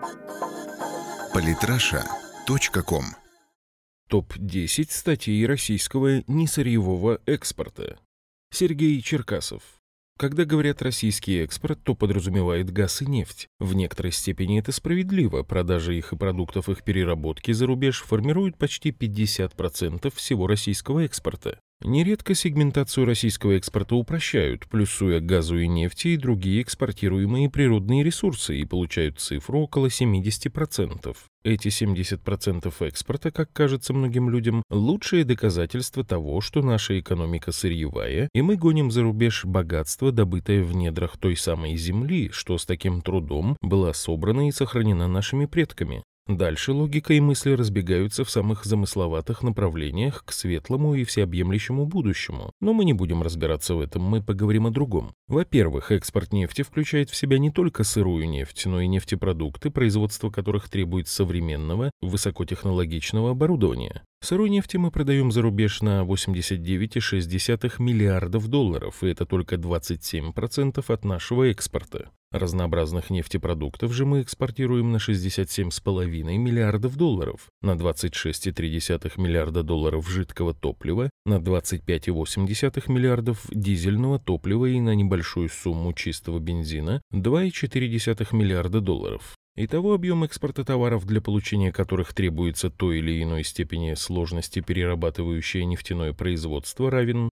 Политраша.ком. Топ-10 статей российского несырьевого экспорта. Сергей Черкасов. Когда говорят «российский экспорт», то подразумевает газ и нефть. В некоторой степени это справедливо. Продажи их и продуктов их переработки за рубеж формируют почти 50% всего российского экспорта. Нередко сегментацию российского экспорта упрощают, плюсуя к газу и нефти и другие экспортируемые природные ресурсы, и получают цифру около 70%. Эти 70% экспорта, как кажется многим людям, лучшее доказательство того, что наша экономика сырьевая, и мы гоним за рубеж богатство, добытое в недрах той самой земли, что с таким трудом была собрана и сохранена нашими предками. Дальше логика и мысли разбегаются в самых замысловатых направлениях к светлому и всеобъемлющему будущему. Но мы не будем разбираться в этом, мы поговорим о другом. Во-первых, экспорт нефти включает в себя не только сырую нефть, но и нефтепродукты, производство которых требует современного, высокотехнологичного оборудования. Сырой нефти мы продаем за рубеж на 89,6 миллиардов долларов, и это только 27% от нашего экспорта. Разнообразных нефтепродуктов же мы экспортируем на 67,5 миллиардов долларов, на 26,3 миллиарда долларов жидкого топлива, на 25,8 миллиардов дизельного топлива и на небольшую сумму чистого бензина 2,4 миллиарда долларов. Итого объем экспорта товаров, для получения которых требуется той или иной степени сложности перерабатывающее нефтяное производство, равен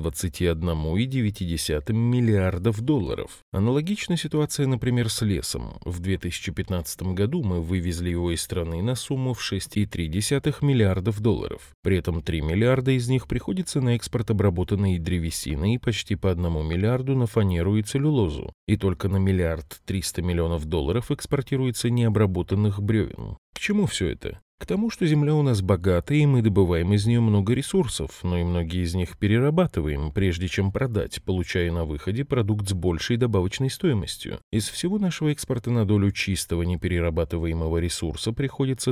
121,9 миллиардов долларов. Аналогичная ситуация, например, с лесом. В 2015 году мы вывезли его из страны на сумму в 6,3 миллиардов долларов. При этом 3 миллиарда из них приходится на экспорт обработанной древесины и почти по 1 миллиарду на фанеру и целлюлозу. И только на 1,3 миллиарда долларов экспортируется необработанных бревен. К чему все это? К тому, что земля у нас богата, и мы добываем из нее много ресурсов, но и многие из них перерабатываем, прежде чем продать, получая на выходе продукт с большей добавочной стоимостью. Из всего нашего экспорта на долю чистого неперерабатываемого ресурса приходится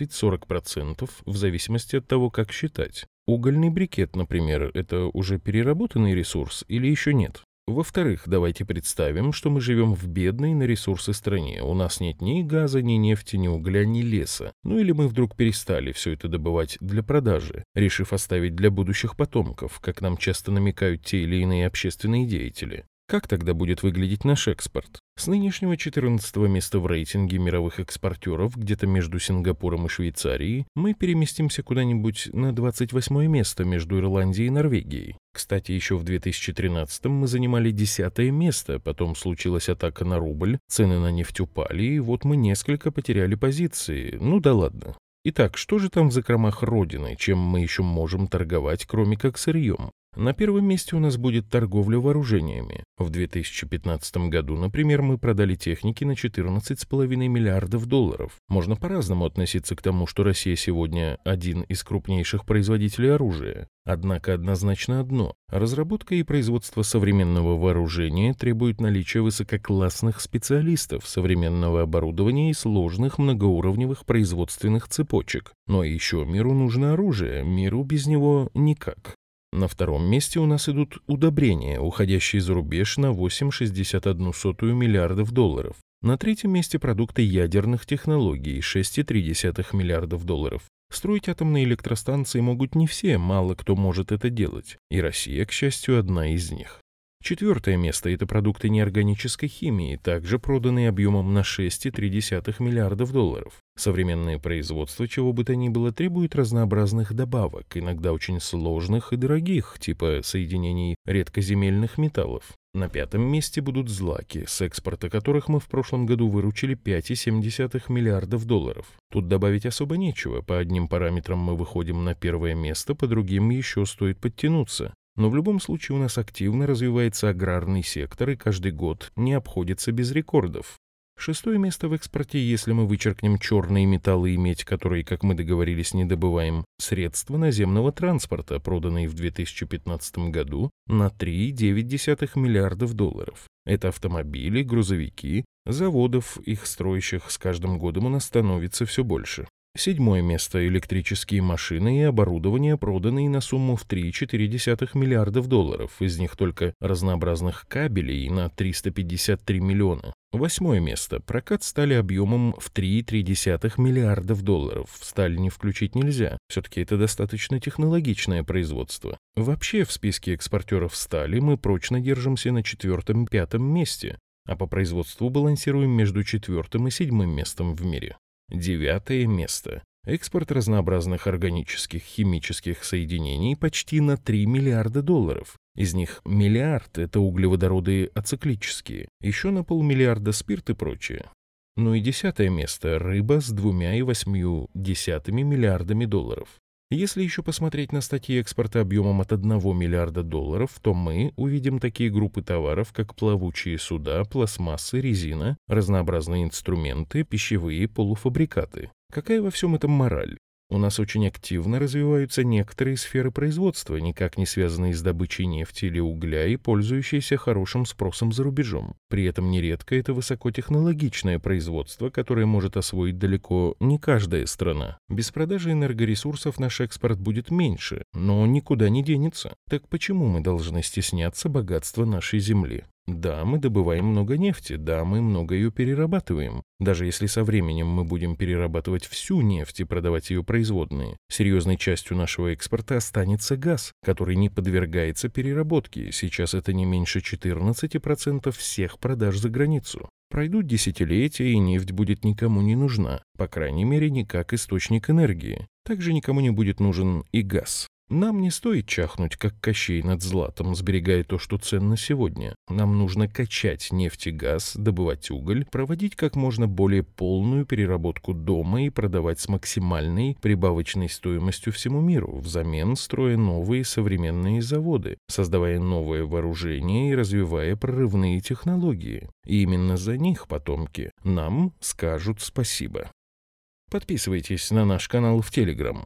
30-40%, в зависимости от того, как считать. Угольный брикет, например, это уже переработанный ресурс или еще нет? Во-вторых, давайте представим, что мы живем в бедной на ресурсы стране. У нас нет ни газа, ни нефти, ни угля, ни леса. Ну или мы вдруг перестали все это добывать для продажи, решив оставить для будущих потомков, как нам часто намекают те или иные общественные деятели. Как тогда будет выглядеть наш экспорт? С нынешнего 14-го места в рейтинге мировых экспортеров, где-то между Сингапуром и Швейцарией, мы переместимся куда-нибудь на 28-е место между Ирландией и Норвегией. Кстати, еще в 2013-м мы занимали 10-е место, потом случилась атака на рубль, цены на нефть упали, и вот мы несколько потеряли позиции. Ну да ладно. Итак, что же там в закромах Родины, чем мы еще можем торговать, кроме как сырьем? На первом месте у нас будет торговля вооружениями. В 2015 году, например, мы продали техники на 14,5 миллиардов долларов. Можно по-разному относиться к тому, что Россия сегодня один из крупнейших производителей оружия. Однако однозначно одно – разработка и производство современного вооружения требует наличия высококлассных специалистов, современного оборудования и сложных многоуровневых производственных цепочек. Но еще миру нужно оружие, миру без него никак. На втором месте у нас идут удобрения, уходящие за рубеж на 8,61 миллиардов долларов. На третьем месте продукты ядерных технологий – 6,3 миллиардов долларов. Строить атомные электростанции могут не все, мало кто может это делать. И Россия, к счастью, одна из них. Четвертое место – это продукты неорганической химии, также проданные объемом на 6,3 миллиардов долларов. Современное производство чего бы то ни было требует разнообразных добавок, иногда очень сложных и дорогих, типа соединений редкоземельных металлов. На пятом месте будут злаки, с экспорта которых мы в прошлом году выручили 5,7 миллиардов долларов. Тут добавить особо нечего, по одним параметрам мы выходим на первое место, по другим еще стоит подтянуться. Но в любом случае у нас активно развивается аграрный сектор, и каждый год не обходится без рекордов. Шестое место в экспорте, если мы вычеркнем черные металлы и медь, которые, как мы договорились, не добываем, средства наземного транспорта, проданные в 2015 году на 3,9 миллиардов долларов. Это автомобили, грузовики, заводов, их строящих с каждым годом у нас становится все больше. 7 место – электрические машины и оборудование, проданные на сумму в 3,4 миллиардов долларов, из них только разнообразных кабелей на 353 миллиона. 8 место – прокат стали объемом в 3,3 миллиардов долларов. Сталь не включить нельзя, все-таки это достаточно технологичное производство. Вообще в списке экспортеров стали мы прочно держимся на 4-5 месте, а по производству балансируем между 4 и 7 местом в мире. 9 место. Экспорт разнообразных органических, химических соединений почти на 3 миллиарда долларов. Из них миллиард – это углеводороды ациклические, еще на полмиллиарда спирт и прочее. Ну и 10 место – рыба с 2,8 миллиардами долларов. Если еще посмотреть на статьи экспорта объемом от 1 миллиарда долларов, то мы увидим такие группы товаров, как плавучие суда, пластмассы, резина, разнообразные инструменты, пищевые полуфабрикаты. Какая во всем этом мораль? У нас очень активно развиваются некоторые сферы производства, никак не связанные с добычей нефти или угля и пользующиеся хорошим спросом за рубежом. При этом нередко это высокотехнологичное производство, которое может освоить далеко не каждая страна. Без продажи энергоресурсов наш экспорт будет меньше, но он никуда не денется. Так почему мы должны стесняться богатства нашей земли? Да, мы добываем много нефти, да, мы много ее перерабатываем. Даже если со временем мы будем перерабатывать всю нефть и продавать ее производные, серьезной частью нашего экспорта останется газ, который не подвергается переработке. Сейчас это не меньше 14% всех продаж за границу. Пройдут десятилетия, и нефть будет никому не нужна, по крайней мере, не как источник энергии. Также никому не будет нужен и газ. Нам не стоит чахнуть, как Кощей над златом, сберегая то, что ценно сегодня. Нам нужно качать нефть и газ, добывать уголь, проводить как можно более полную переработку дома и продавать с максимальной прибавочной стоимостью всему миру, взамен строя новые современные заводы, создавая новое вооружение и развивая прорывные технологии. И именно за них потомки нам скажут спасибо. Подписывайтесь на наш канал в Telegram.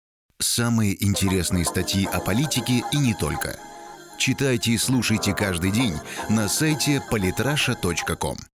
Самые интересные статьи о политике и не только. Читайте и слушайте каждый день на сайте polytrasha.com.